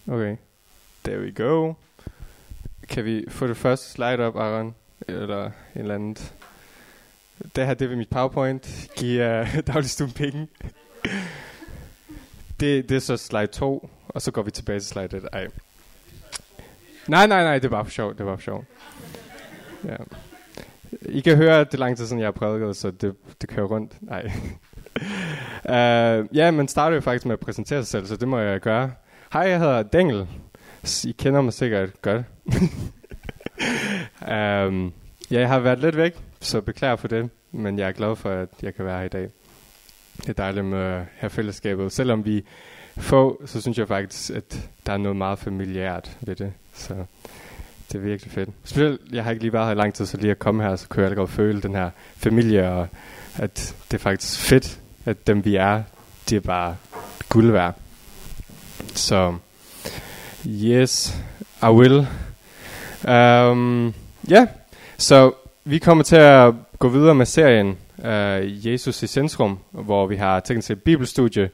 Okay, there we go. Kan vi få det første slide op, Aaron? Eller en eller andet. Det her, det er mit PowerPoint. Giver dagligstuen penge. det er så slide 2, og så går vi tilbage til slide 1. Ej. Nej, det er bare for sjov. Ja. I kan høre, at det er lang tid siden, jeg har prædiket, så det kører rundt. Nej. Ja, man starter jo faktisk med at præsentere sig selv, så det må jeg gøre. Hej, jeg hedder Dengel. I kender mig sikkert godt. Ja, jeg har været lidt væk, så beklager for det, men jeg er glad for, at jeg kan være her i dag. Det er dejligt med at have fællesskabet. Selvom vi få, så synes jeg faktisk, at der er noget meget familiært ved det. Så det er virkelig fedt. Specielt, jeg har ikke lige været her i lang tid, så lige at komme her, så kunne jeg allerede føle den her familie, og at det er faktisk fedt, at dem vi er, det er bare guld værd. Så, yes, I will. Ja, så vi kommer til at gå videre med serien Jesus i centrum, hvor vi har tænkt til et bibelstudie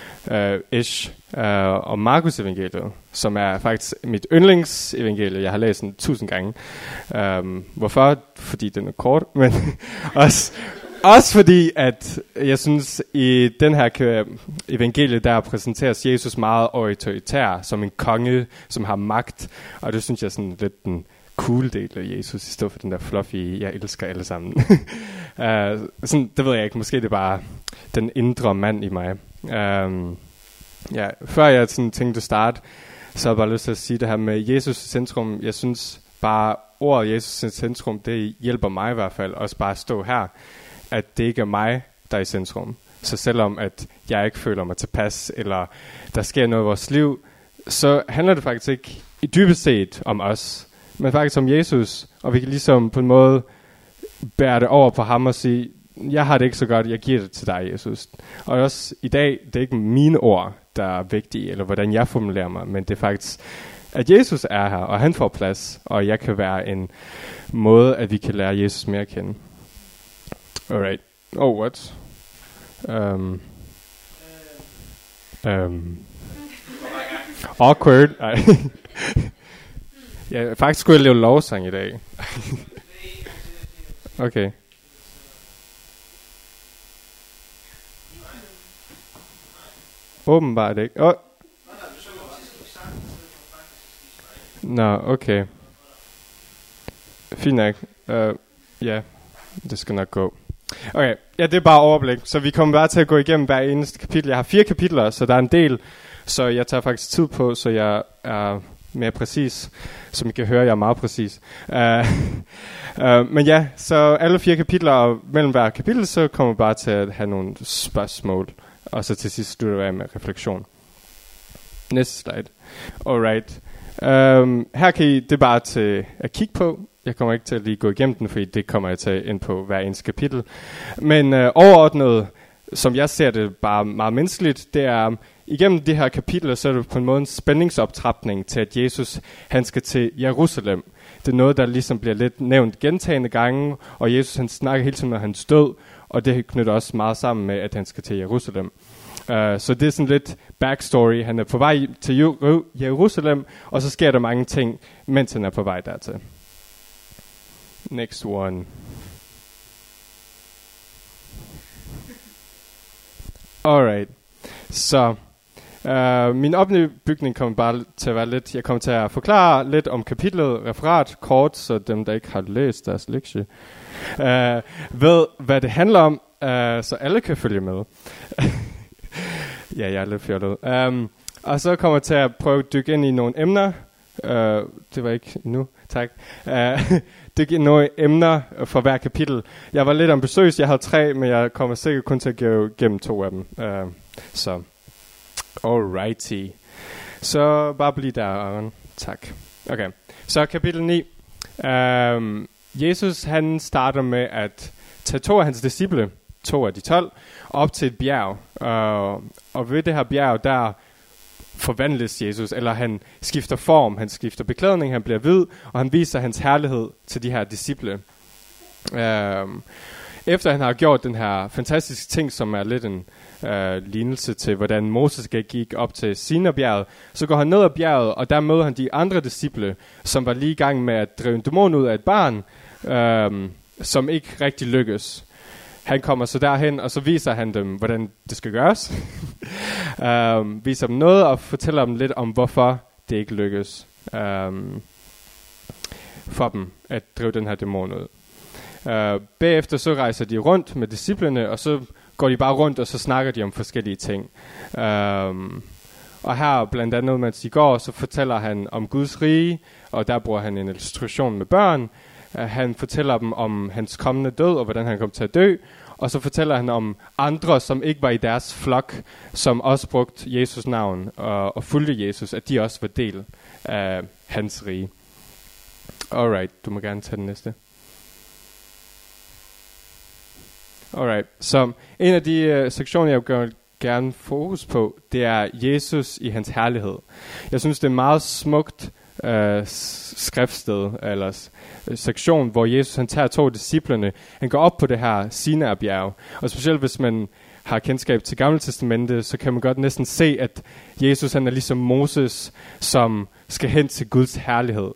om Markus evangeliet, som er faktisk mit yndlingsevangelie. Jeg har læst den 1000 gange. Hvorfor? Fordi den er kort, men også fordi, at jeg synes, i den her evangelie, der præsenteres Jesus meget autoritær, som en konge, som har magt. Og det synes jeg er sådan lidt den cool del af Jesus, i stedet for den der fluffy, jeg elsker alle sammen. Sådan, det ved jeg ikke, måske det er bare den indre mand i mig. Ja, før jeg sådan tænkte at starte, så har jeg bare lyst til at sige det her med Jesus i centrum. Jeg synes bare, ordet Jesus i centrum, det hjælper mig i hvert fald, også bare at stå her, at det ikke er mig, der er i centrum. Så selvom at jeg ikke føler mig tilpas, eller der sker noget i vores liv, så handler det faktisk ikke i dybest set om os, men faktisk om Jesus, og vi kan ligesom på en måde bære det over på ham og sige, jeg har det ikke så godt, jeg giver det til dig, Jesus. Og også i dag, det er ikke mine ord, der er vigtige, eller hvordan jeg formulerer mig, men det er faktisk, at Jesus er her, og han får plads, og jeg kan være en måde, at vi kan lære Jesus mere at kende. Alright. Oh, what? Awkward. Ja, faktisk skulle jeg lave lovsang i dag. Okay. Åbenbart ikke. Oh. Nå, okay. Fint nok. Ja, det skal nok gå. Okay, ja, det er bare overblik. Så vi kommer bare til at gå igennem hver eneste kapitel. Jeg har 4 kapitler, så der er en del. Så jeg tager faktisk tid på, så jeg er mere præcis. Som I kan høre, jeg er meget præcis. Men ja, så alle 4 kapitler, og mellem hver kapitel, så kommer vi bare til at have nogle spørgsmål. Og så til sidst slutter vi af med refleksion. Næste slide. Alright. Her kan I, det er bare til at kigge på. Jeg kommer ikke til at lige gå igennem den, fordi det kommer jeg til ind på hver eneste kapitel. Men overordnet, som jeg ser det bare meget menneskeligt, det er igennem de her kapitler, så er det på en måde en spændingsoptrapning til, at Jesus han skal til Jerusalem. Det er noget, der ligesom bliver lidt nævnt gentagne gange, og Jesus han snakker hele tiden om hans død, og det knytter også meget sammen med, at han skal til Jerusalem. Så det er sådan lidt backstory. Han er på vej til Jerusalem, og så sker der mange ting, mens han er på vej dertil. Next one. Alright. Så min opbygning kommer bare til at være lidt. Jeg kommer til at forklare lidt om kapitlet, referat, kort, så dem der ikke har læst deres lektie ved hvad det handler om, så alle kan følge med. Ja, jeg er lidt fjollet. Og så kommer jeg til at prøve at dykke ind i nogle emner. Det var ikke endnu, tak. Dykke ind i nogle emner for hver kapitel. Jeg var lidt ambitiøs, jeg havde 3, men jeg kommer sikkert kun til at gå gennem 2 af dem. Så, alrighty. Så bare bliv der, Aaron. Tak. Okay, så kapitel 9. Jesus, han starter med at tage 2 af hans disciple, 2 af de 12, op til et bjerg. Og ved det her bjerg, der forvandles Jesus, eller han skifter form, han skifter beklædning, han bliver hvid, og han viser hans herlighed til de her disciple. Efter han har gjort den her fantastiske ting, som er lidt en lignelse til, hvordan Moses gik op til Sinai-bjerget. Så går han ned ad bjerget, og der møder han de andre disciple, som var lige i gang med at drive en dæmon ud af et barn, som ikke rigtig lykkes. Han kommer så derhen, og så viser han dem, hvordan det skal gøres. Viser dem noget, og fortæller dem lidt om, hvorfor det ikke lykkes for dem at drive den her dæmon ud. Bagefter så rejser de rundt med disciplene, og så går de bare rundt, og så snakker de om forskellige ting. Og her blandt andet, mens de går, så fortæller han om Guds rige, og der bruger han en illustration med børn. Han fortæller dem om hans kommende død, og hvordan han kom til at dø. Og så fortæller han om andre, som ikke var i deres flok, som også brugte Jesus navn og fulgte Jesus, at de også var del af hans rige. Alright, du må gerne tage den næste. Alright, så en af de sektioner, jeg vil gerne fokus på, det er Jesus i hans herlighed. Jeg synes, det er meget smukt skriftsted, eller sektion, hvor Jesus han tager 2 disciplerne. Han går op på det her Sinai-bjerg, og specielt hvis man har kendskab til Gamle Testamentet, så kan man godt næsten se, at Jesus han er ligesom Moses, som skal hen til Guds herlighed.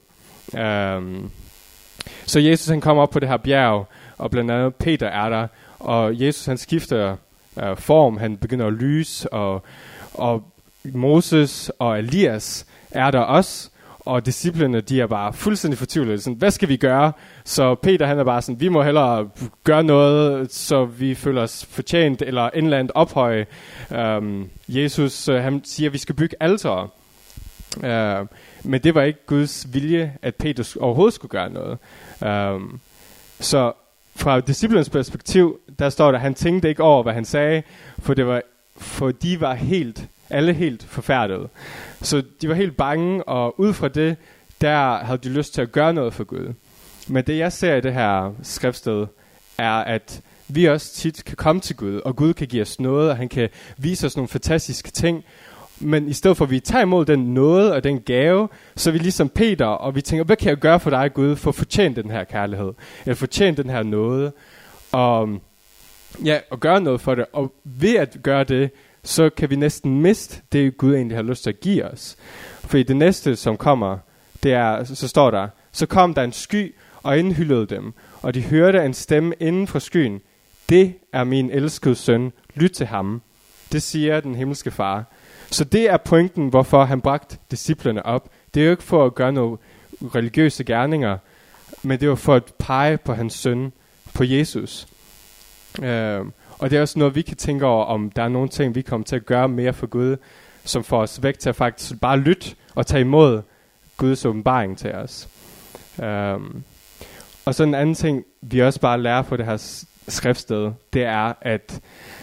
Så Jesus han kommer op på det her bjerg, og blandt andet Peter er der, og Jesus han skifter form, han begynder at lyse, og Moses og Elias er der også, og disciplene, de er bare fuldstændig fortvivlede. Sådan, hvad skal vi gøre? Så Peter, han er bare sådan, vi må hellere gøre noget, så vi føler os fortjent, eller en eller andet ophøje. Jesus, han siger, at vi skal bygge altere. Men det var ikke Guds vilje, at Peter overhovedet skulle gøre noget. Så fra disciplinens perspektiv, der står der, han tænkte ikke over, hvad han sagde, for de var alle helt forfærdede. Så de var helt bange, og ud fra det, der havde de lyst til at gøre noget for Gud. Men det jeg ser i det her skriftsted, er at vi også tit kan komme til Gud, og Gud kan give os noget, og han kan vise os nogle fantastiske ting. Men i stedet for at vi tager imod den nåde og den gave, så er vi ligesom Peter, og vi tænker, hvad kan jeg gøre for dig, Gud, for at fortjene den her kærlighed, eller fortjene den her nåde, og gøre noget for det. Og ved at gøre det, så kan vi næsten miste det, Gud egentlig har lyst til at give os. Fordi det næste, som kommer, det er, så står der, så kom der en sky og indhyllede dem, og de hørte en stemme inden fra skyen. Det er min elskede søn, lyt til ham. Det siger den himmelske far. Så det er pointen, hvorfor han bragte disciplene op. Det er jo ikke for at gøre nogle religiøse gerninger, men det var for at pege på hans søn, på Jesus. Og det er også noget, vi kan tænke over, om der er nogle ting, vi kommer til at gøre mere for Gud, som får os væk til at faktisk bare lytte og tage imod Guds åbenbaring til os. Og så en anden ting, vi også bare lærer på det her skriftsted, det er, at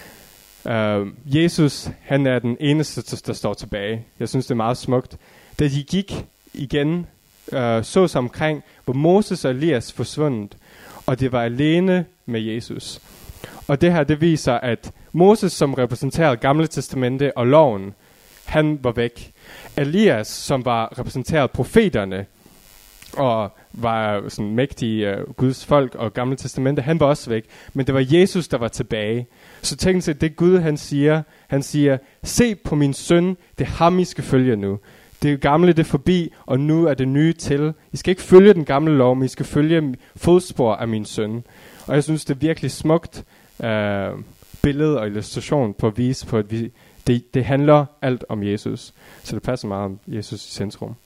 Jesus, han er den eneste, der står tilbage. Jeg synes, det er meget smukt. Da de gik igen, så sig omkring, hvor Moses og Elias forsvundet, og det var alene med Jesus. Og det her, det viser, at Moses, som repræsenterede Gamle Testamente og loven, han var væk. Elias, som var repræsenteret profeterne, og var sådan mægtige Guds folk og Gamle Testamente, han var også væk. Men det var Jesus, der var tilbage. Så tænk sig, det Gud, han siger, se på min søn, det er ham, I skal følge nu. Det gamle, det er forbi, og nu er det nye til. I skal ikke følge den gamle lov, men I skal følge fodspor af min søn. Og jeg synes, det er virkelig smukt billede og illustration på at vise på, at det handler alt om Jesus. Så det passer meget om Jesus i centrum.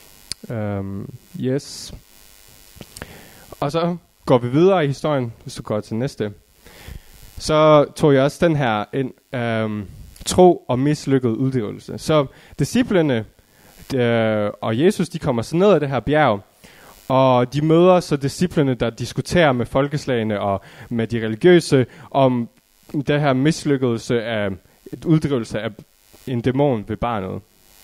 Yes. Og så går vi videre i historien, hvis du går til næste. Så tog jeg også den her ind, tro og mislykket uddrivelse. Så disciplene og Jesus, de kommer så ned ad det her bjerg, og de møder så disciplene, der diskuterer med folkeslagene og med de religiøse om det her mislykkelse af uddrivelse af en dæmon ved barnet.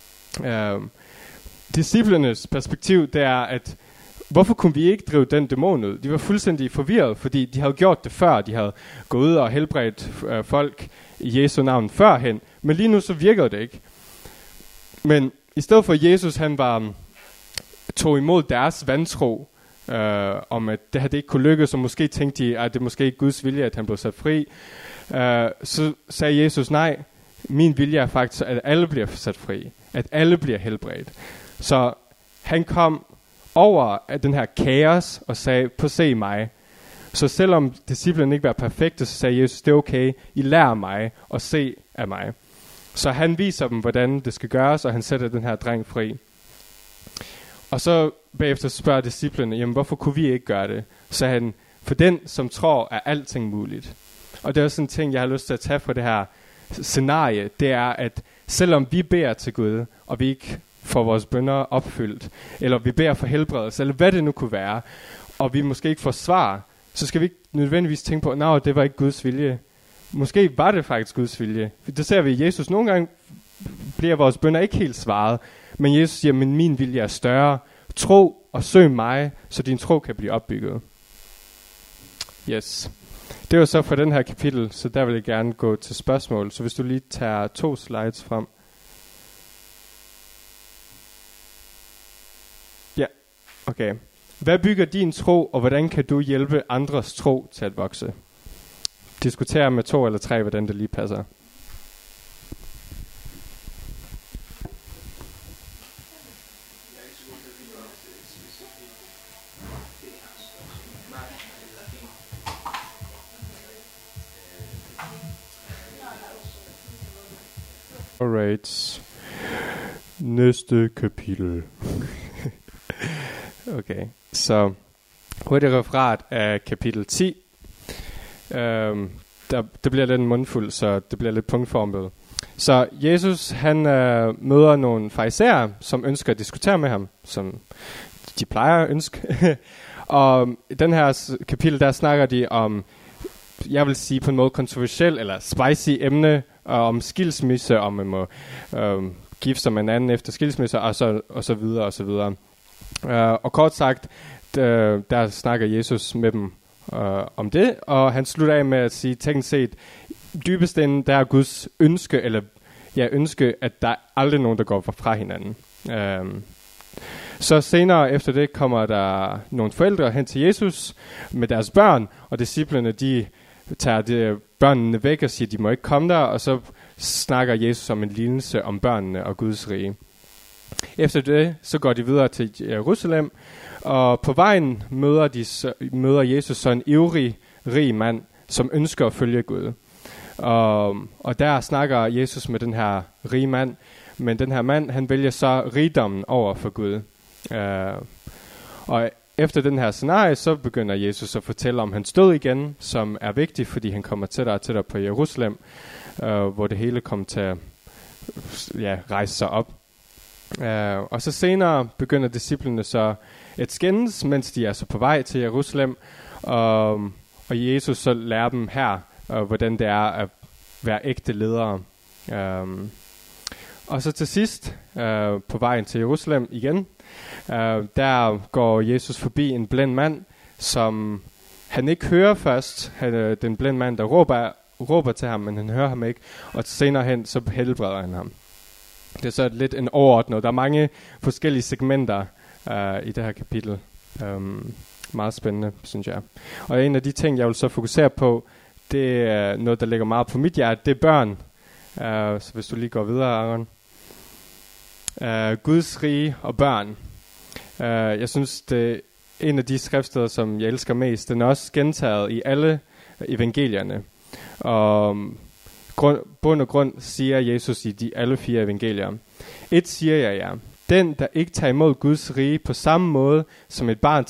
Disciplenes perspektiv, det er, at hvorfor kunne vi ikke drive den dæmon ud? De var fuldstændig forvirret, fordi de havde gjort det før. De havde gået ud og helbredt folk i Jesu navn førhen. Men lige nu så virkede det ikke. Men i stedet for Jesus, han tog imod deres vantro, om at det her det ikke kunne lykkes, og måske tænkte de, at det måske ikke Guds vilje, at han blev sat fri. Så sagde Jesus, nej, min vilje er faktisk, at alle bliver sat fri, at alle bliver helbredt. Så han kom over af den her kaos og sagde, på se mig. Så selvom disciplene ikke var perfekte, så sagde Jesus, det er okay, I lærer mig og se af mig. Så han viser dem, hvordan det skal gøres, og han sætter den her dreng fri. Og så bagefter spørger disciplene, jamen hvorfor kunne vi ikke gøre det? Så han, for den som tror, er alting muligt. Og det er også en ting, jeg har lyst til at tage fra det her scenarie, det er, at selvom vi beder til Gud, og vi ikke får vores bønner opfyldt, eller vi beder for helbredelse, eller hvad det nu kunne være, og vi måske ikke får svar, så skal vi ikke nødvendigvis tænke på, nej, det var ikke Guds vilje. Måske var det faktisk Guds vilje. Det ser vi i Jesus. Nogle gange bliver vores bønner ikke helt svaret, men Jesus siger, men min vilje er større. Tro og søg mig, så din tro kan blive opbygget. Yes. Det var så for den her kapitel, så der vil jeg gerne gå til spørgsmål. Så hvis du lige tager 2 slides frem. Ja, okay. Hvad bygger din tro, og hvordan kan du hjælpe andres tro til at vokse? Diskuter med 2 eller 3, hvordan det lige passer. Alright. Næste kapitel. Okay, så hurtigt referat af kapitel 10. Det bliver lidt en mundfuld, så det bliver lidt punktformet. Så Jesus, han møder nogle farisæere, som ønsker at diskutere med ham, som de plejer at ønske. Og i den her kapitel, der snakker de om, jeg vil sige på en måde kontroversiel eller spicy emne, om skilsmisse, om man må gifte sig med en anden efter skilsmisse, og så videre, og så videre. Og kort sagt, der snakker Jesus med dem om det, og han slutter af med at sige, teknisk set, dybest inde, der er Guds ønske, eller ønske, at der er aldrig nogen, der går fra hinanden. Så senere efter det kommer der nogle forældre hen til Jesus med deres børn, og disciplene, de tager børnene væk og siger, de må ikke komme der, og så snakker Jesus om en lignelse om børnene og Guds rige. Efter det, så går de videre til Jerusalem, og på vejen møder Jesus så en ivrig, rig mand, som ønsker at følge Gud. Og der snakker Jesus med den her rige mand, men den her mand, han vælger så rigdommen over for Gud. Og efter den her scenarie, så begynder Jesus at fortælle om hans død igen, som er vigtig, fordi han kommer tættere og tættere på Jerusalem, hvor det hele kommer til at rejse sig op. Og så senere begynder disciplene så at skændes, mens de er så på vej til Jerusalem, og Jesus så lærer dem her, hvordan det er at være ægte ledere. Og så til sidst, på vejen til Jerusalem igen, der går Jesus forbi en blind mand, som han ikke hører først. Den blinde mand, der råber til ham, men han hører ham ikke. Og senere hen, så helbreder han ham. Det er så lidt en overordnet. Der er mange forskellige segmenter i det her kapitel. Meget spændende, synes jeg. Og en af de ting, jeg vil så fokusere på, det er noget, der ligger meget på mit hjerte. Det er børn. Så hvis du lige går videre, Aaron. Guds rige og børn. Jeg synes, det er en af de skriftsteder, som jeg elsker mest. Den er også gentaget i alle evangelierne. Og bund og grund siger Jesus i de alle 4 evangelier. Et siger jeg jer. Den, der ikke tager imod Guds rige på samme måde, som et barn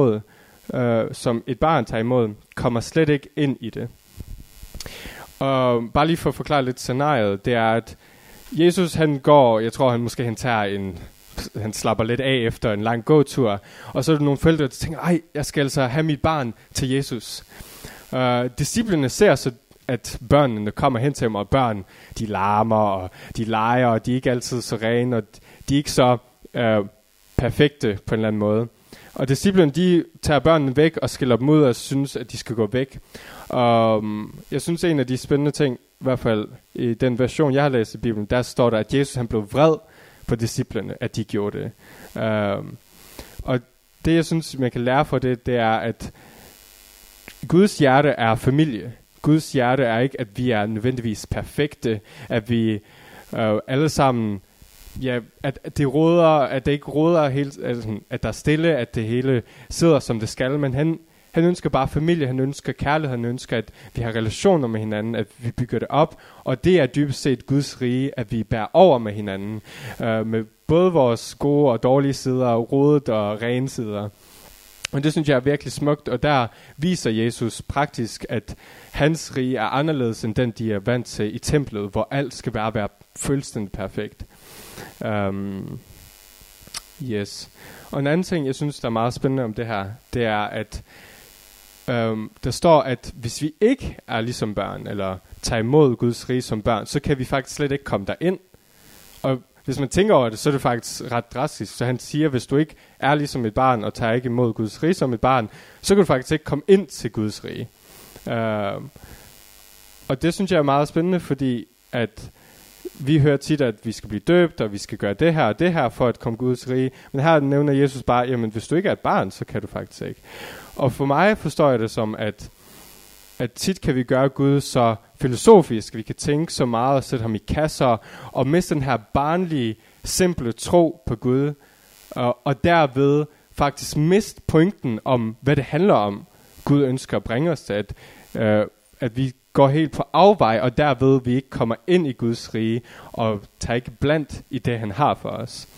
tager imod, kommer slet ikke ind i det. Og bare lige for at forklare lidt scenariet, det er, at Jesus han går, jeg tror han slapper lidt af efter en lang gåtur, og så er der nogle forældre, der tænker, jeg skal altså have mit barn til Jesus. Disciplene ser så, at børnene kommer hen til ham, og børn, de larmer, og de leger, og de er ikke altid så rene, og de er ikke så perfekte på en eller anden måde. Og disciplene, de tager børnene væk og skiller dem ud og synes, at de skal gå væk. Og jeg synes, en af de spændende ting, i hvert fald i den version, jeg har læst i Bibelen, der står der, at Jesus han blev vred på disciplene, at de gjorde det. Og det jeg synes, man kan lære for det er, at Guds hjerte er familie. Guds hjerte er ikke, at vi er nødvendigvis perfekte, at vi alle sammen, ja, at det råder, at det ikke råder helt, at der er stille, at det hele sidder som det skal, men han ønsker bare familie, han ønsker kærlighed, han ønsker, at vi har relationer med hinanden, at vi bygger det op, og det er dybest set Guds rige, at vi bærer over med hinanden, med både vores gode og dårlige sider, rodet og rene sider. Og det synes jeg er virkelig smukt, og der viser Jesus praktisk, at hans rige er anderledes end den, de er vant til i templet, hvor alt skal bare være fuldstændig perfekt. Yes. Og en anden ting, jeg synes, der er meget spændende om det her, det er, at der står, at hvis vi ikke er ligesom børn, eller tager imod Guds rige som børn, så kan vi faktisk slet ikke komme derind. Og hvis man tænker over det, så er det faktisk ret drastisk. Så han siger, hvis du ikke er ligesom et barn, og tager ikke imod Guds rige som et barn, så kan du faktisk ikke komme ind til Guds rige. Og det synes jeg er meget spændende, fordi at vi hører tit, at vi skal blive døbt, og vi skal gøre det her og det her, for at komme Guds rige. Men her nævner Jesus bare, jamen hvis du ikke er et barn, så kan du faktisk ikke. Og for mig forstår jeg det som, at tit kan vi gøre Gud så filosofisk, vi kan tænke så meget og sætte ham i kasser, og miste den her barnlige, simple tro på Gud, og derved faktisk miste pointen om, hvad det handler om, Gud ønsker at bringe os til, at vi går helt på afvej, og derved vi ikke kommer ind i Guds rige, og tager ikke blandt i det, han har for os.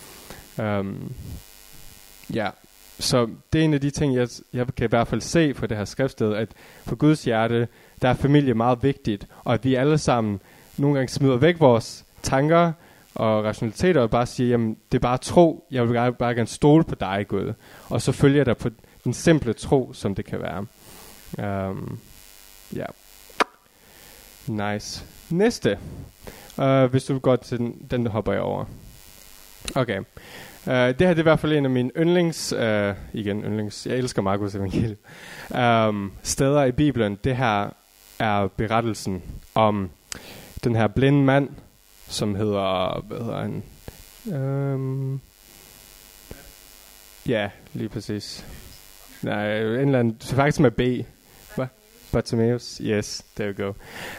Ja. Så det er en af de ting, jeg kan i hvert fald se på det her skriftsted, at på Guds hjerte, der er familie meget vigtigt, og at vi alle sammen nogle gange smider væk vores tanker og rationaliteter, og bare siger, jamen det er bare tro, jeg vil bare gerne stole på dig, Gud, og så følger der på den simple tro, som det kan være. Ja. Nice. Næste. Hvis du går til den der hopper jeg over. Okay. Det her det er i hvert fald en af mine yndlings, jeg elsker Markus evangeliet, steder i Bibelen. Det her er berettelsen om den her blinde mand, som hedder, hvad hedder han? Ja, lige præcis. Nej, en eller anden, faktisk med B. Hvad? Bartimaeus, yes, there we go.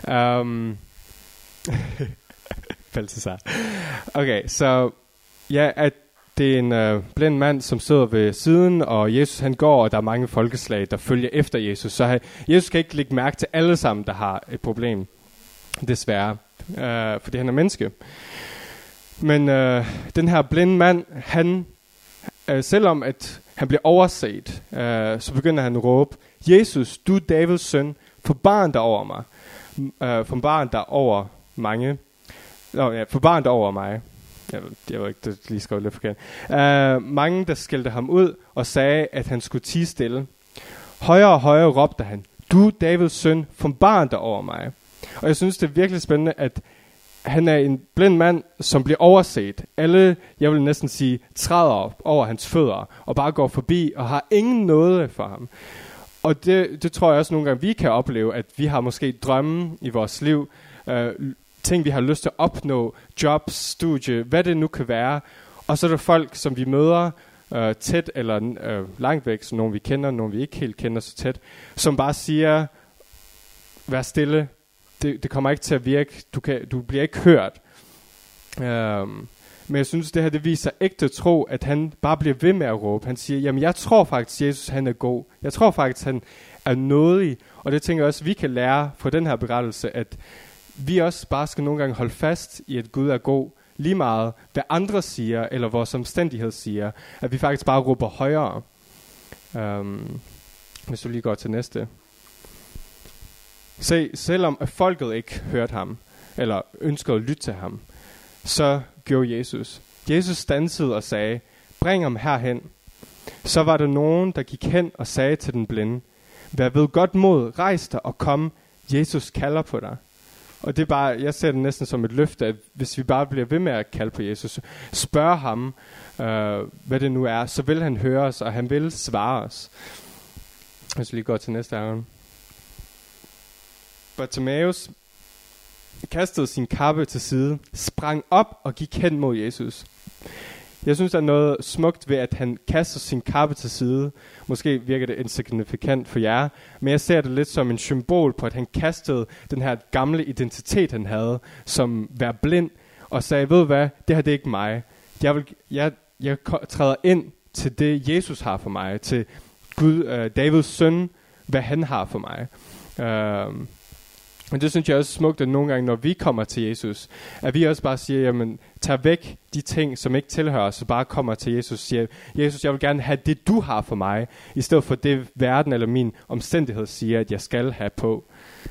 Balthasar. Okay, så ja, at det er en blind mand, som sidder ved siden, og Jesus han går, og der er mange folkeslag, der følger efter Jesus. Så Jesus kan ikke lægge mærke til alle sammen, der har et problem, desværre, fordi han er menneske. Men den her blinde mand, han, selvom at han bliver overset, så begynder han at råbe, Jesus, du er Davids søn, forbarm dig over mig. Forbarm dig over mange. Forbarm dig over mig. Jeg ved ikke, det lige skrevet lidt forkert. Mange, der skældte ham ud og sagde, at han skulle tie stille. Højere og højere råbte han, du Davids søn, forbarm dig over mig. Og jeg synes, det er virkelig spændende, at han er en blind mand, som bliver overset. Alle, jeg vil næsten sige, træder over hans fødder og bare går forbi og har ingen nåde for ham. Og det tror jeg også nogle gange, vi kan opleve, at vi har måske drømme i vores liv, ting vi har lyst til at opnå, jobs, studie, hvad det nu kan være. Og så er der folk, som vi møder tæt eller langt væk, som nogle vi kender, nogle vi ikke helt kender så tæt, som bare siger, vær stille, det kommer ikke til at virke, du bliver ikke hørt. Men jeg synes, det her det viser ægte tro, at han bare bliver ved med at råbe. Han siger, jamen jeg tror faktisk, Jesus han er god. Jeg tror faktisk, han er nådig. Og det tænker jeg også, vi kan lære fra den her berettelse, at vi også bare skal nogle gange holde fast i, at Gud er god. Lige meget, hvad andre siger, eller vores omstændighed siger. At vi faktisk bare råber højere. Hvis du lige går til næste. Se, selvom at folket ikke hørte ham, eller ønskede at lytte til ham, så gjorde Jesus. Jesus standsede og sagde, bring ham herhen. Så var der nogen, der gik hen og sagde til den blinde, vær ved godt mod, rejs dig og kom, Jesus kalder på dig. Og det er bare, jeg ser det næsten som et løfte, at hvis vi bare bliver ved med at kalde på Jesus, spørge ham, hvad det nu er, så vil han høre os, og han vil svare os. Jeg skal lige gå til næste ærgen. Bartimaeus kastede sin kappe til side, sprang op og gik hen mod Jesus. Jeg synes, der er noget smukt ved, at han kaster sin kappe til side. Måske virker det insignifikant for jer, men jeg ser det lidt som en symbol på, at han kastede den her gamle identitet, han havde, som være blind, og sagde, ved du hvad, det her det er ikke mig. Jeg træder ind til det, Jesus har for mig, til Gud, Davids søn, hvad han har for mig. Men det synes jeg også smukt, at nogle gange, når vi kommer til Jesus, at vi også bare siger, jamen, tag væk de ting, som ikke tilhører os, og bare kommer til Jesus og siger, Jesus, jeg vil gerne have det, du har for mig, i stedet for det, verden eller min omstændighed siger, at jeg skal have på.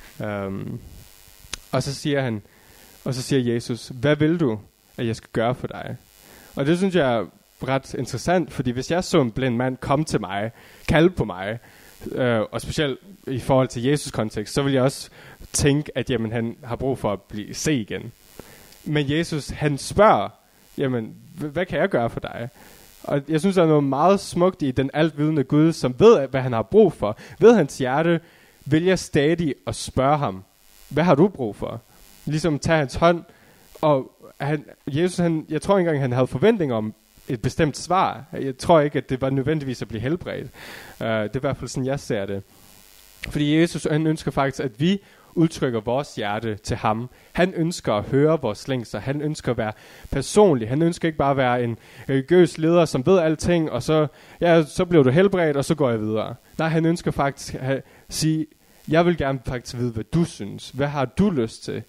Og så siger Jesus, hvad vil du, at jeg skal gøre for dig? Og det synes jeg er ret interessant, fordi hvis jeg så en blind mand komme til mig, kalde på mig, og specielt i forhold til Jesus kontekst, så vil jeg også tænke, at jamen, han har brug for at blive se igen. Men Jesus, han spørger, jamen, hvad kan jeg gøre for dig? Og jeg synes, der er noget meget smukt i den altvidende Gud, som ved, hvad han har brug for. Ved hans hjerte, vil jeg stadig at spørge ham, hvad har du brug for? Ligesom tage hans hånd, og Jesus, jeg tror ikke engang, han havde forventninger om et bestemt svar. Jeg tror ikke, at det var nødvendigvis at blive helbredt. Det er i hvert fald sådan, jeg ser det. Fordi Jesus, han ønsker faktisk, at vi udtrykker vores hjerte til ham. Han ønsker at høre vores længsler. Han ønsker at være personlig. Han ønsker ikke bare at være en religiøs leder, som ved alting, og så bliver du helbredt, og så går jeg videre. Nej, han ønsker faktisk at sige, jeg vil gerne faktisk vide, hvad du synes. Hvad har du lyst til?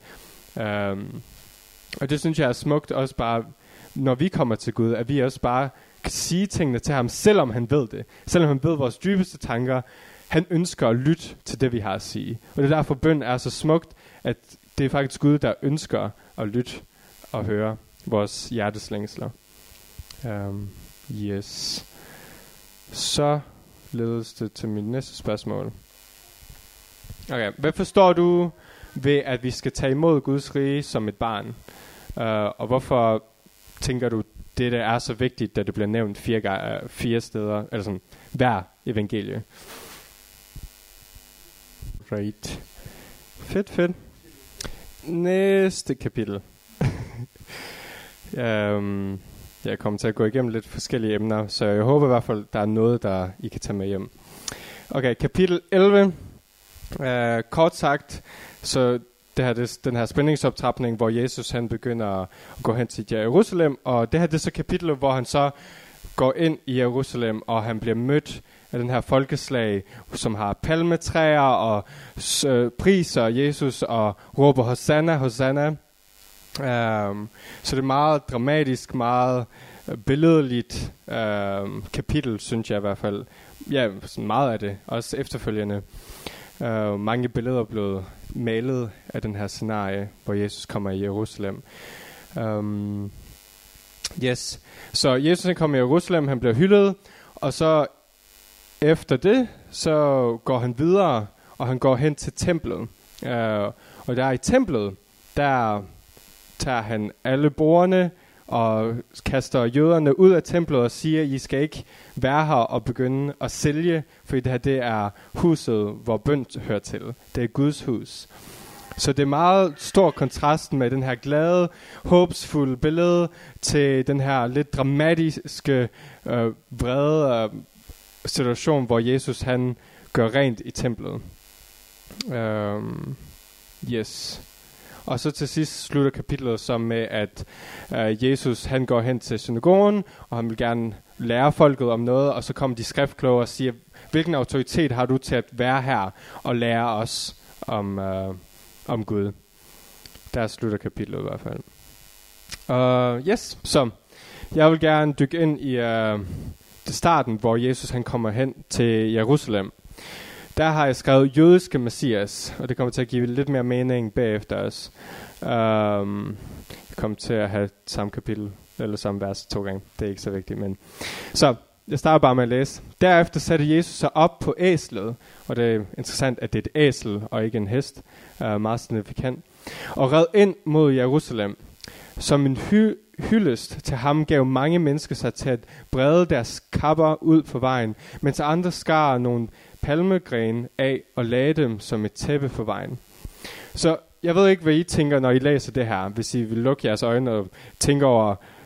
Og det synes jeg er smukt også bare, når vi kommer til Gud, at vi også bare kan sige tingene til ham, selvom han ved det. Selvom han ved vores dybeste tanker. Han ønsker at lytte til det, vi har at sige. Og det er derfor, bøn er så smukt, at det er faktisk Gud, der ønsker at lytte og høre vores hjerteslængsler. Yes. Så ledes det til mit næste spørgsmål. Okay, hvad forstår du ved, at vi skal tage imod Guds rige som et barn? Og hvorfor tænker du, det der er så vigtigt, da det bliver nævnt 4 steder, eller sådan hver evangelie? Right. Fedt. Næste kapitel. Jeg kommer til at gå igennem lidt forskellige emner, så jeg håber i hvert fald, der er noget, der I kan tage med hjem. Okay, kapitel 11. Kort sagt, så den her spændingsoptrapning, hvor Jesus han begynder at gå hen til Jerusalem, og det her det er så kapitlet, hvor han så går ind i Jerusalem, og han bliver mødt af den her folkeslag, som har palmetræer og priser Jesus og råber Hosanna, Hosanna. Så det er meget dramatisk, meget billedligt kapitel, synes jeg i hvert fald. Ja, sådan meget af det, også efterfølgende. Mange billeder er blevet malet af den her scenarie, hvor Jesus kommer i Jerusalem. Yes. Så Jesus han kommer i Jerusalem, han bliver hyldet, og så efter det, så går han videre, og han går hen til templet. Og der i templet, der tager han alle bordene og kaster jøderne ud af templet og siger, I skal ikke være her og begynde at sælge, for det her det er huset, hvor bøn hører til. Det er Guds hus. Så det er meget stor kontrast med den her glade, håbsfulde billede til den her lidt dramatiske, vrede situation, hvor Jesus han gør rent i templet. Yes. Og så til sidst slutter kapitlet så med, at Jesus han går hen til synagogen, og han vil gerne lære folket om noget, og så kommer de skriftkloge og siger, hvilken autoritet har du til at være her og lære os om Gud. Der slutter kapitlet i hvert fald. Yes, så jeg vil gerne dykke ind i starten, hvor Jesus han kommer hen til Jerusalem. Der har jeg skrevet jødiske messias, og det kommer til at give lidt mere mening bagefter os. Jeg kommer til at have samme kapitel, eller samme vers 2 gange. Det er ikke så vigtigt, men... Så, jeg starter bare med at læse. Derefter satte Jesus sig op på æslet, og det er interessant, at det er et æsel, og ikke en hest. Meget signifikant. Og red ind mod Jerusalem. Som en hyldest til ham gav mange mennesker sig til at brede deres kapper ud på vejen, mens andre skar nogle palmegrene af og lagde dem som et tæppe på vejen. Så jeg ved ikke, hvad I tænker, når I læser det her. Hvis I vil lukke jeres øjne og tænke over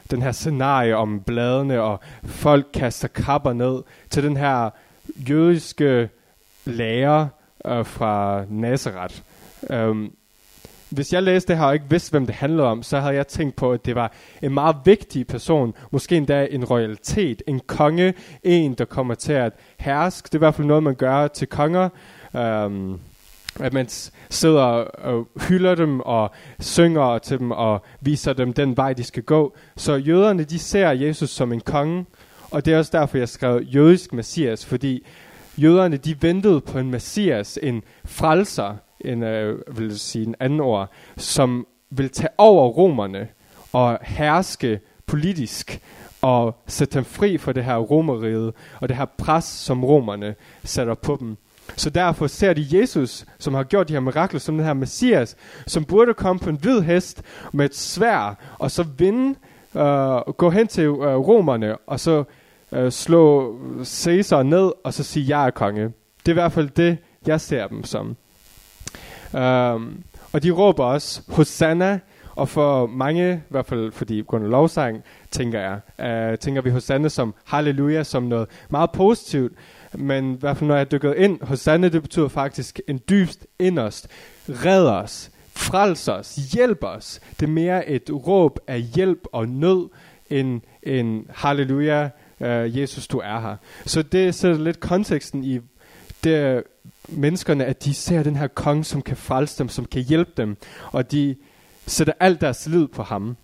den her scenarie om bladene, og folk kaster kapper ned, til den her jødiske lærer fra Nazareth. Hvis jeg læste det her og ikke vidste, hvem det handlede om, så havde jeg tænkt på, at det var en meget vigtig person, måske endda en royalitet, en konge, en, der kommer til at herske. Det er i hvert fald noget, man gør til konger, at man sidder og hylder dem og synger til dem og viser dem den vej, de skal gå. Så jøderne, de ser Jesus som en konge, og det er også derfor, jeg skrev jødisk messias, fordi jøderne, de ventede på en messias, en frelser, vil sige en anden ord, som vil tage over romerne og herske politisk og sætte dem fri for det her romerrige og det her pres, som romerne sætter på dem. Så derfor ser de Jesus, som har gjort de her mirakler, som den her messias, som burde komme på en hvid hest med et sværd, og så vinde, gå hen til romerne, og så slå Caesar ned, og så sige, jeg er konge. Det er i hvert fald det, jeg ser dem som. Og de råber også Hosanna, og for mange, i hvert fald fordi grund af lovsang, tænker vi Hosanna som halleluja, som noget meget positivt. Men i hvert fald når jeg dykker ind, Hosanna, det betyder faktisk en dybst inderst, red os, frels os, hjælp os. Det er mere et råb af hjælp og nød, end en halleluja, Jesus du er her. Så det sætter lidt konteksten i det, menneskerne, at de ser den her konge, som kan frelse dem, som kan hjælpe dem, og de sætter alt deres lid på ham.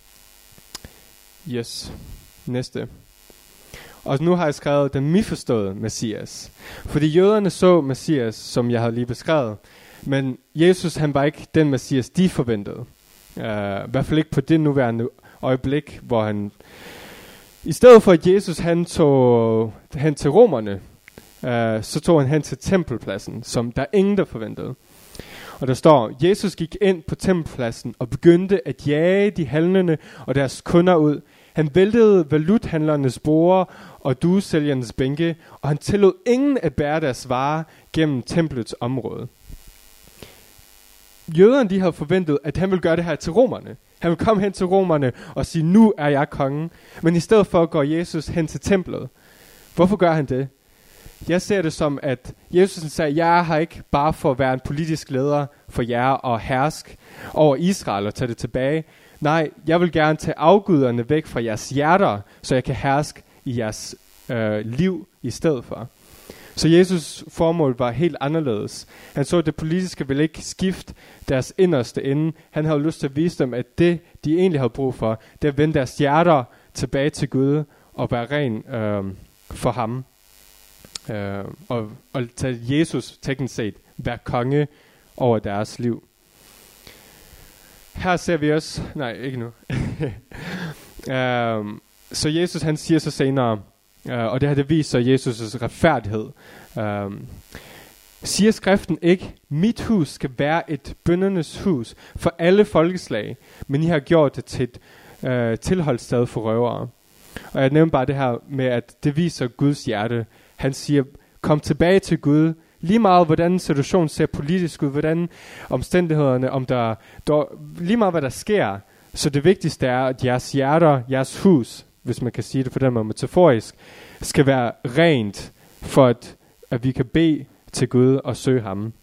Yes. Næste. Og nu har jeg skrevet den misforståede Messias. Fordi jøderne så Messias, som jeg havde lige beskrevet, men Jesus, han var ikke den Messias, de forventede. I hvert fald ikke på det nuværende øjeblik, hvor han, i stedet for at Jesus, han tog hen til romerne, så tog han hen til tempelpladsen, som der ingen, der forventede. Og der står, Jesus gik ind på tempelpladsen og begyndte at jage de handlende og deres kunder ud. Han væltede valuthandlernes borde og duesælgernes bænke, og han tillod ingen at bære deres varer gennem templets område. Jøderne, de havde forventet, at han ville gøre det her til romerne. Han ville komme hen til romerne og sige, nu er jeg kongen. Men i stedet for går Jesus hen til templet. Hvorfor gør han det? Jeg ser det som, at Jesus sagde, jeg er her ikke bare for at være en politisk leder for jer og herske over Israel og tage det tilbage. Nej, jeg vil gerne tage afguderne væk fra jeres hjerter, så jeg kan herske i jeres liv i stedet for. Så Jesus' formål var helt anderledes. Han så, at det politiske ville ikke skifte deres inderste ende. Han havde lyst til at vise dem, at det, de egentlig havde brug for, det er at vende deres hjerter tilbage til Gud og være ren for ham. Og tage Jesus teknisk set være konge over deres liv. Her ser vi også, nej ikke nu. Så Jesus, han siger så senere, og det her, det viser Jesus' retfærdighed. Siger skriften ikke, mit hus skal være et bønnernes hus for alle folkeslag, men I har gjort det til et tilholdssted for røvere. Og jeg nævner bare det her med, at det viser Guds hjerte. Han siger, kom tilbage til Gud, lige meget hvordan situationen ser politisk ud, hvordan omstændighederne, lige meget hvad der sker. Så det vigtigste er, at jeres hjerter, jeres hus, hvis man kan sige det på den måde metaforisk, skal være rent, for at vi kan bede til Gud og søge ham.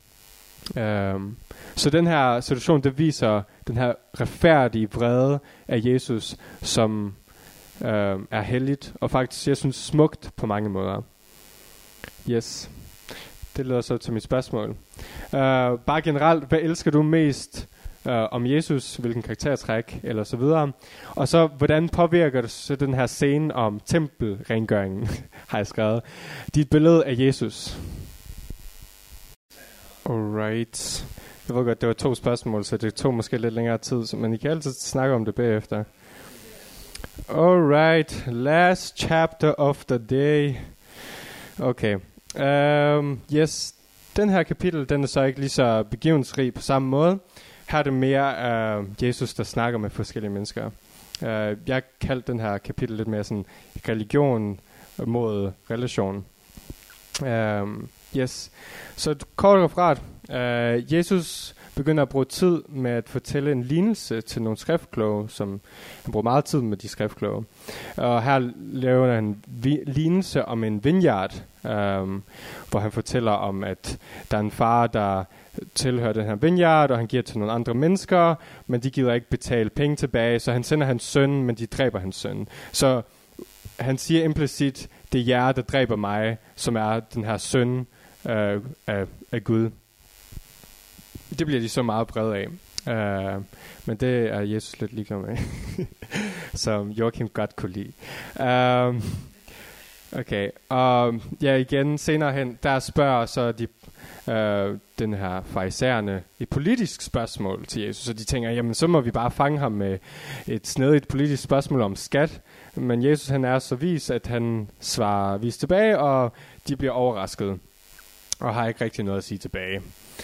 Så den her situation, det viser den her retfærdige vrede af Jesus, som er helligt, og faktisk, jeg synes, smukt på mange måder. Yes. Det leder så til mit spørgsmål. Bare generelt, hvad elsker du mest om Jesus? Hvilken karaktertræk, eller så videre. Og så, hvordan påvirker det så den her scene om tempelrengøringen, har jeg skrevet. Dit billede af Jesus. Alright. Jeg ved godt, det var 2 spørgsmål, så det tog måske lidt længere tid, men I kan altid snakke om det bagefter. Alright. Last chapter of the day. Okay. Yes, den her kapitel, den er så ikke lige så begivenhedsrig på samme måde. Her er det mere Jesus, der snakker med forskellige mennesker. Jeg kaldte den her kapitel lidt mere sådan religion mod relation. Yes, så kort og referat. Jesus begynder at bruge tid med at fortælle en lignelse til nogle skriftkloge, som han bruger meget tid med de skriftkloge. Og her laver han en lignelse om en vineyard, hvor han fortæller om, at der er en far, der tilhører den her vineyard, og han giver til nogle andre mennesker, men de gider ikke betale penge tilbage, så han sender hans søn, men de dræber hans søn. Så han siger implicit, det er jer, der dræber mig, som er den her søn af Gud. Det bliver de så meget brede af. Men det er Jesus lidt ligeglad med. Som Joachim godt kunne lide. Okay. Og ja, igen senere hen, der spørger så den her farisæerne et politisk spørgsmål til Jesus. Så de tænker, jamen så må vi bare fange ham med et snedigt politisk spørgsmål om skat. Men Jesus han er så vis, at han svarer vis tilbage, og de bliver overrasket. Og har ikke rigtig noget at sige tilbage.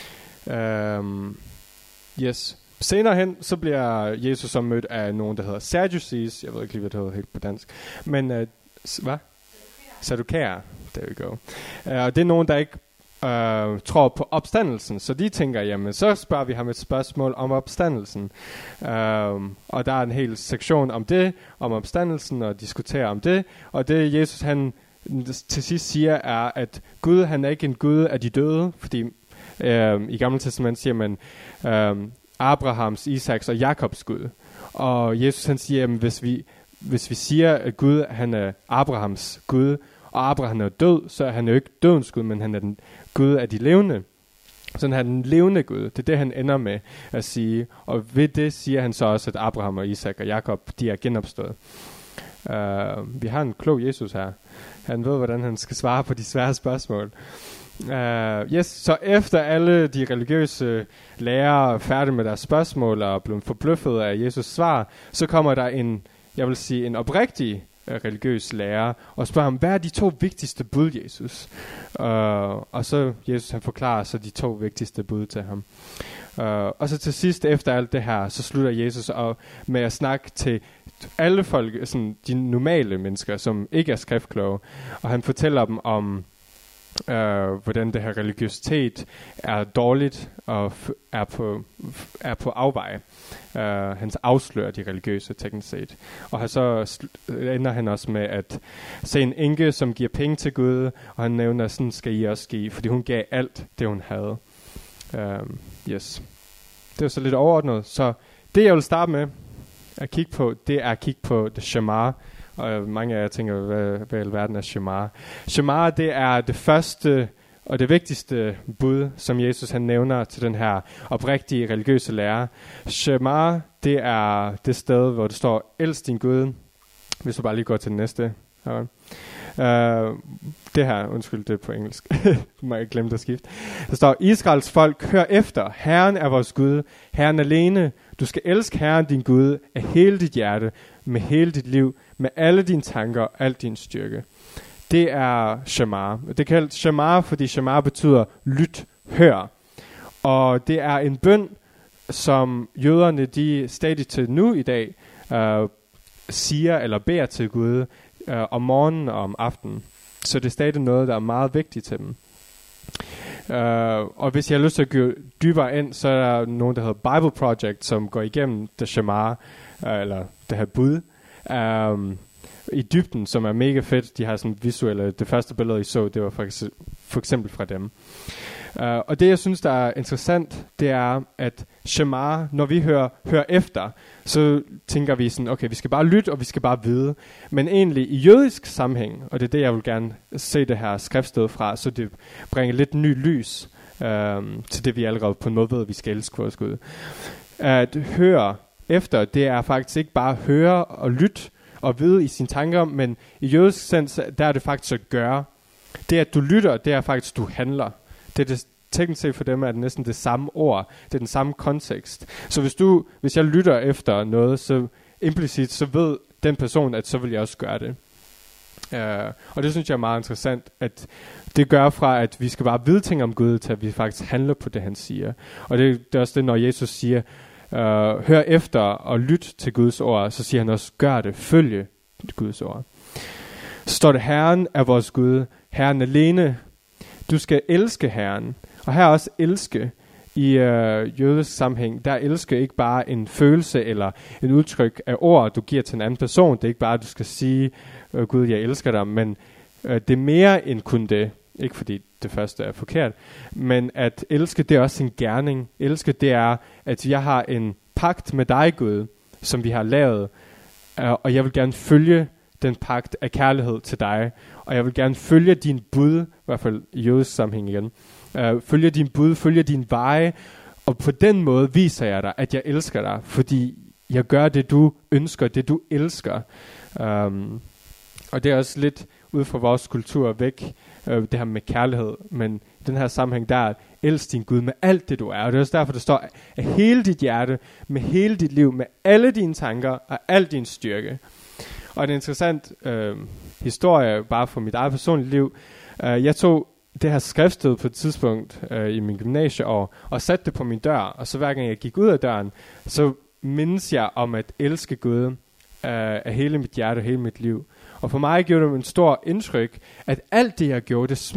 Yes. Senere hen, så bliver Jesus så mødt af nogen, der hedder Sadducees. Jeg ved ikke lige, hvad det hedder helt på dansk. Men, hvad? Sadduceer. There we go. Og det er nogen, der ikke tror på opstandelsen. Så de tænker, jamen, så spørger vi ham et spørgsmål om opstandelsen. Og der er en hel sektion om det, om opstandelsen, og diskuterer om det. Og det Jesus, han til sidst siger, er, at Gud, han er ikke en Gud af de døde, fordi i Gamle Testament siger man Abrahams, Isaks og Jakobs Gud. Og Jesus han siger, at hvis vi siger, at Gud han er Abrahams Gud, og Abraham er død, så er han jo ikke dødens Gud, men han er den Gud af de levende. Så han er den levende Gud. Det er det, han ender med at sige. Og ved det siger han så også, at Abraham og Isak og Jakob, de er genopstået. Vi har en klog Jesus her. Han ved, hvordan han skal svare på de svære spørgsmål. Så efter alle de religiøse lærere er færdige med deres spørgsmål og er blevet forbløffet af Jesus svar, så kommer der en oprigtig religiøs lærer og spørger ham, hvad er de 2 vigtigste bud, Jesus? Og så Jesus han forklarer så de 2 vigtigste bud til ham. Og så til sidst efter alt det her, så slutter Jesus med at snakke til alle folk, sådan de normale mennesker, som ikke er skriftkloge, og han fortæller dem om hvordan det her religiøsitet er dårligt og er på afveje. Han afslører de religiøse teknisk set. Og så ender han også med at se en enke, som giver penge til Gud, og han nævner, sådan skal I også give, fordi hun gav alt det, hun havde. Yes. Det var så lidt overordnet. Så det, jeg vil starte med at kigge på, det er at kigge på det Shema. Og mange af jer tænker, hvad i alverden er Shema? Shema, det er det første og det vigtigste bud, som Jesus han nævner til den her oprigtige religiøse lærer. Shema, det er det sted, hvor det står, elsk din Gud. Hvis du bare lige går til den næste. Det her, undskyld, det er på engelsk. Du må ikke glemme at skifte. Der står, Israels folk, hør efter. Herren er vores Gud. Herren alene. Du skal elske Herren din Gud af hele dit hjerte, med hele dit liv, med alle dine tanker og al din styrke. Det er Shema. Det er kaldt Shema, fordi Shema betyder lyt, hør. Og det er en bøn, som jøderne de stadig til nu i dag siger eller beder til Gud om morgenen og om aftenen. Så det er stadig noget, der er meget vigtigt til dem. Og hvis jeg har lyst til at gå dybere ind, så er der nogen, der hedder Bible Project, som går igennem det Shema, eller det her bud, i dybden, som er mega fedt. De har sådan visuelle, det første billede I så, det var for eksempel fra dem. Og det jeg synes der er interessant, det er at Shema, når vi hører efter, så tænker vi sådan, okay, vi skal bare lytte, og vi skal bare vide. Men egentlig i jødisk sammenhæng, og det er det jeg vil gerne se det her skriftsted fra, så det bringer lidt ny lys til det vi allerede på en måde ved, at vi skal elske vores Gud. At høre efter, det er faktisk ikke bare høre og lytte og vide i sine tanker, men i jødisk sens, der er det faktisk at gøre. Det at du lytter, det er faktisk du handler. Det er det teknisk set for dem er det næsten det samme ord. Det er den samme kontekst. Så hvis jeg lytter efter noget, så implicit, så ved den person, at så vil jeg også gøre det. Og det synes jeg er meget interessant, at det gør fra, at vi skal bare vide ting om Gud, til at vi faktisk handler på det, han siger. Og det er også det, når Jesus siger, hør efter og lyt til Guds ord, så siger han også, gør det, følge Guds ord. Så står det, Herren er vores Gud, Herren alene. Du skal elske Herren. Og her også elske. i jødisk sammenhæng, der elsker ikke bare en følelse eller en udtryk af ord, du giver til en anden person. Det er ikke bare, at du skal sige, Gud, jeg elsker dig, men det er mere end kun det. Ikke fordi det første er forkert, men at elske, det er også en gerning. Elske, det er, at jeg har en pagt med dig, Gud, som vi har lavet, og jeg vil gerne følge den pagt af kærlighed til dig, og jeg vil gerne følge din bud, i hvert fald i jødisk sammenhæng igen, følge din bud, følge din veje, og på den måde viser jeg dig, at jeg elsker dig, fordi jeg gør det, du ønsker, det du elsker. Og det er også lidt ud fra vores kultur væk, det her med kærlighed, men i den her sammenhæng, der er elsk din Gud med alt det du er, og det er også derfor, der står af hele dit hjerte, med hele dit liv, med alle dine tanker og al din styrke. Og en interessant historie, bare for mit eget personlige liv, jeg tog det her skriftsted på et tidspunkt i min gymnasieår, og satte det på min dør, og så hver gang jeg gik ud af døren, så mindes jeg om at elske Gud af hele mit hjerte og hele mit liv. Og for mig gjorde det en stor indtryk, at alt det jeg gjorde, det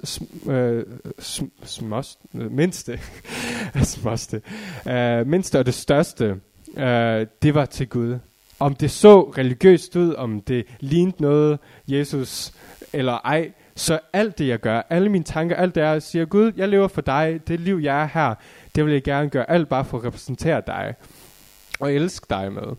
mindste og det største, det var til Gud. Om det så religiøst ud, om det lignede noget Jesus eller ej, så alt det jeg gør, alle mine tanker, alt det jeg siger, Gud, jeg lever for dig, det liv jeg er her, det vil jeg gerne gøre alt bare for at repræsentere dig og elske dig med.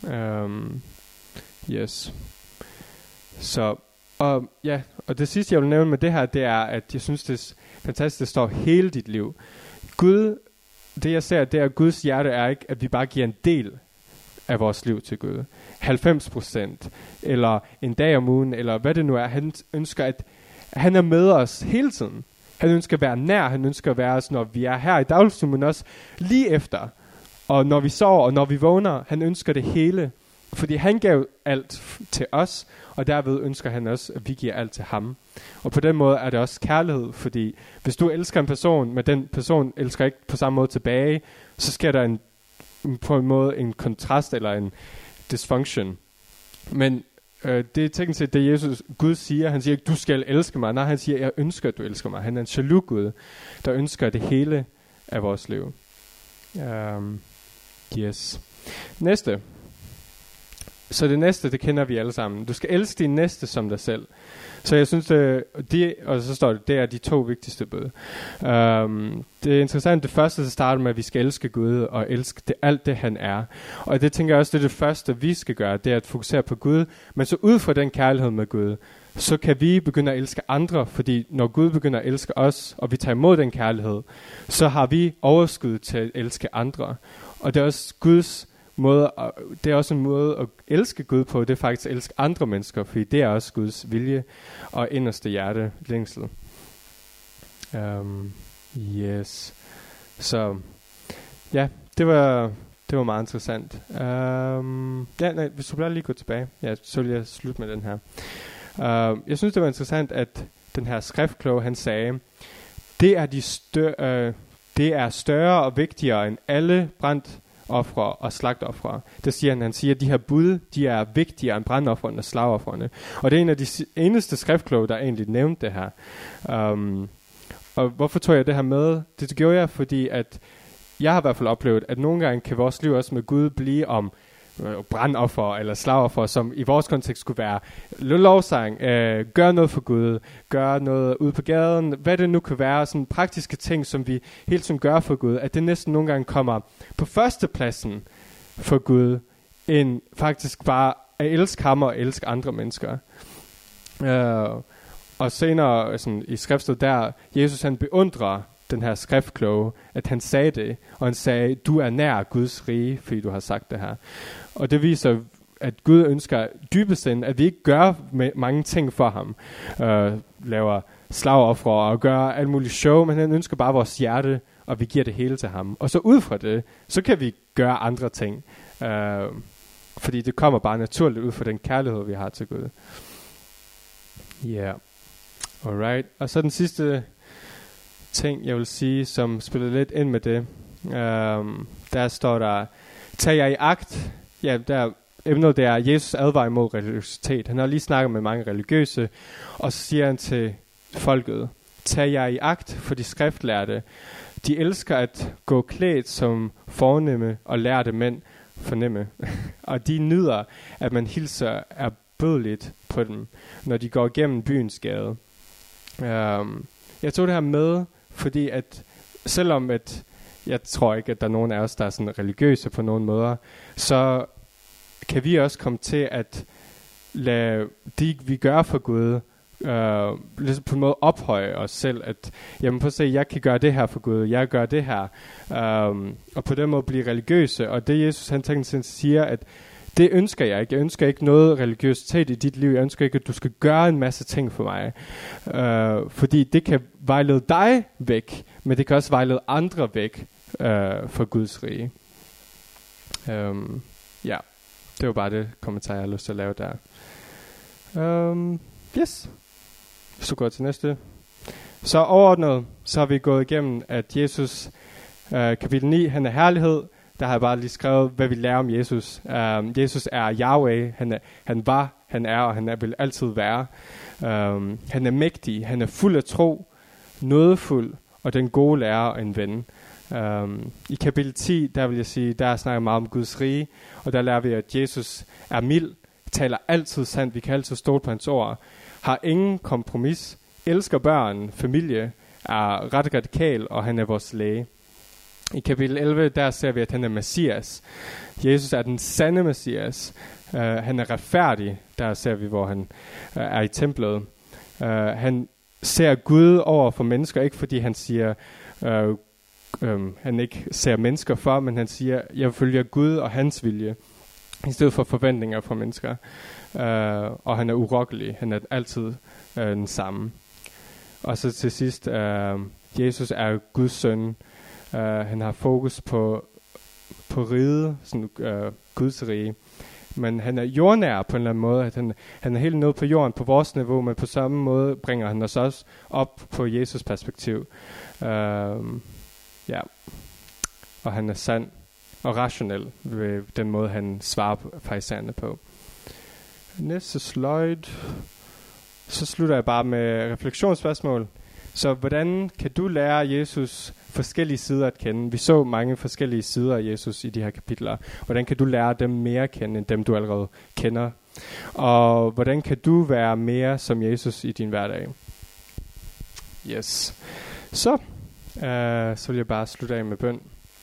Yes. Så, og det sidste jeg vil nævne med det her, det er, at jeg synes det er fantastisk, det står hele dit liv. Gud, det jeg ser, det er, at Guds hjerte er ikke, at vi bare giver en del af vores liv til Gud. 90%, eller en dag om ugen, eller hvad det nu er. Han ønsker, at han er med os hele tiden. Han ønsker at være nær, han ønsker at være os, når vi er her i dagligstuen, men også lige efter. Og når vi sover, og når vi vågner, han ønsker det hele. Fordi han gav alt til os, og derved ønsker han også, at vi giver alt til ham. Og på den måde er det også kærlighed, fordi hvis du elsker en person, men den person elsker ikke på samme måde tilbage, så sker der på en måde en kontrast eller en dysfunction. Men det er teknisk set det Jesus, Gud siger. Han siger ikke, du skal elske mig. Nej, han siger, jeg ønsker, at du elsker mig. Han er en jaloux Gud, der ønsker det hele af vores liv. Yes. Næste. Så det næste, det kender vi alle sammen. Du skal elske din næste som dig selv. Så jeg synes, og så står det er de 2 vigtigste bud. Det er interessant, det første, der starter med, at vi skal elske Gud og elske alt det, han er. Og det tænker jeg også, det er det første, vi skal gøre, det er at fokusere på Gud. Men så ud fra den kærlighed med Gud, så kan vi begynde at elske andre, fordi når Gud begynder at elske os, og vi tager imod den kærlighed, så har vi overskud til at elske andre. Og det er også Guds måde, det er også en måde at elske Gud på, det er faktisk at elske andre mennesker, fordi det er også Guds vilje og inderste hjerte længsel. Yes. Så ja, det var meget interessant. Hvis du bare lige gå tilbage, så vil jeg slutte med den her. Jeg synes det var interessant, at den her skriftkloge, han sagde, det er større og vigtigere end alle brandofre og slagtofre. Det siger han siger, at de her bud, de er vigtigere end brandoffrene og slagofrene. Og det er en af de eneste skriftkloge, der egentlig nævnte det her. Og hvorfor tog jeg det her med? Det gjorde jeg, fordi at jeg har i hvert fald oplevet, at nogle gange kan vores liv også med Gud blive om brandoffer eller slagoffer, som i vores kontekst skulle være lovsang, gør noget for Gud, gør noget ude på gaden, hvad det nu kan være, sådan praktiske ting, som vi hele tiden gør for Gud, at det næsten nogle gange kommer på førstepladsen for Gud, end faktisk bare at elske ham og elske andre mennesker. Og senere sådan, i skriftet der, Jesus han beundrer den her skriftkloge, at han sagde det, og han sagde, du er nær Guds rige, fordi du har sagt det her. Og det viser, at Gud ønsker dybest ind, at vi ikke gør mange ting for ham, laver slagofre og gør alt muligt show, men han ønsker bare vores hjerte, og vi giver det hele til ham. Og så ud fra det, så kan vi gøre andre ting, fordi det kommer bare naturligt ud fra den kærlighed, vi har til Gud. Yeah. Alright. Og så den sidste ting, jeg vil sige, som spiller lidt ind med det. Der står der, tag jer i agt. Ja, der emnet det er, Jesus advarer imod religiøsitet. Han har lige snakket med mange religiøse, og så siger han til folket, tag jer i agt for de skriftlærde. De elsker at gå klædt som fornemme og lærte mænd fornemme. Og de nyder, at man hilser erbødeligt på dem, når de går gennem byens gade. Jeg tog det her med, fordi at selvom at jeg tror ikke, at der er nogen af os, der er sådan religiøse på nogen måder, så kan vi også komme til at lade det, vi gør for Gud, ligesom på en måde ophøje os selv, at jamen prøv at se, jeg kan gøre det her for Gud, jeg gør det her, og på den måde blive religiøse. Og det Jesus han tænker siger, at det ønsker jeg ikke. Jeg ønsker ikke noget religiøsitet i dit liv. Jeg ønsker ikke, at du skal gøre en masse ting for mig, fordi det kan vejlede dig væk, men det kan også vejlede andre væk fra Guds rige. Ja, det var bare det kommentar, jeg har lyst til at lave der. Yes. Så går jeg til næste. Så overordnet, så har vi gået igennem, at Jesus, kapitel 9, han er herlighed. Der har jeg bare lige skrevet, hvad vi lærer om Jesus. Jesus er Yahweh. Han var, han er, og han vil altid være. Han er mægtig. Han er fuld af tro, nådefuld, og den gode lærer og en ven. I kapitel 10, der vil jeg sige, der snakker meget om Guds rige, og der lærer vi, at Jesus er mild, taler altid sandt, vi kan altid stole på hans ord, har ingen kompromis, elsker børn, familie, er ret radikal, og han er vores læge. I kapitel 11, der ser vi, at han er Messias. Jesus er den sande Messias. Han er retfærdig. Der ser vi, hvor han er i templet. Han ser Gud over for mennesker, ikke fordi han siger, han ikke ser mennesker for, men han siger, jeg følger Gud og hans vilje, i stedet for forventninger fra mennesker. Og han er urokkelig. Han er altid den samme. Og så til sidst, Jesus er Guds søn. Han har fokus på riget, sådan Guds rige. Men han er jordnær på en eller anden måde. At han er helt nede på jorden, på vores niveau, men på samme måde bringer han os også op på Jesus perspektiv. Ja. Og han er sand og rationel ved den måde, han svarer farisæerne på. Næste slide. Så slutter jeg bare med refleksionsspørgsmål. Så hvordan kan du lære Jesus forskellige sider at kende? Vi så mange forskellige sider af Jesus i de her kapitler. Hvordan kan du lære dem mere at kende, end dem du allerede kender? Og hvordan kan du være mere som Jesus i din hverdag? Yes. Så vil jeg bare slutte af med bøn.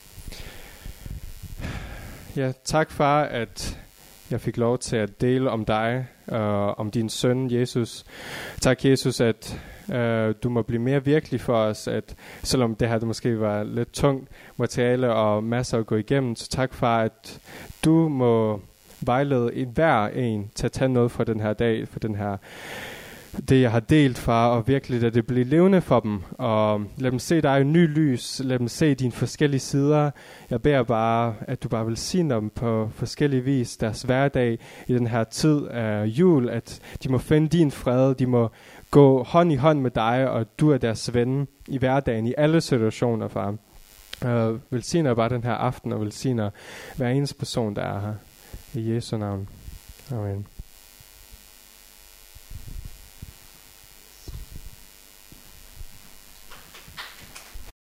Ja, tak far, at jeg fik lov til at dele om dig og om din søn, Jesus. Tak, Jesus, at du må blive mere virkelig for os, at selvom det her det måske var lidt tungt materiale og masser at gå igennem, så tak, far, at du må vejlede hver en til at tage noget fra den her dag, for den her det jeg har delt, far, og virkelig at det bliver levende for dem, og lad dem se dig i ny lys, lad dem se dine forskellige sider. Jeg beder bare, at du bare vil sige dem på forskellige vis, deres hverdag i den her tid af jul, at de må finde din fred, de må gå hånd i hånd med dig, og du er deres ven i hverdagen, i alle situationer, far. Velsigner bare den her aften, og velsigner hver eneste person, der er her. I Jesu navn. Amen.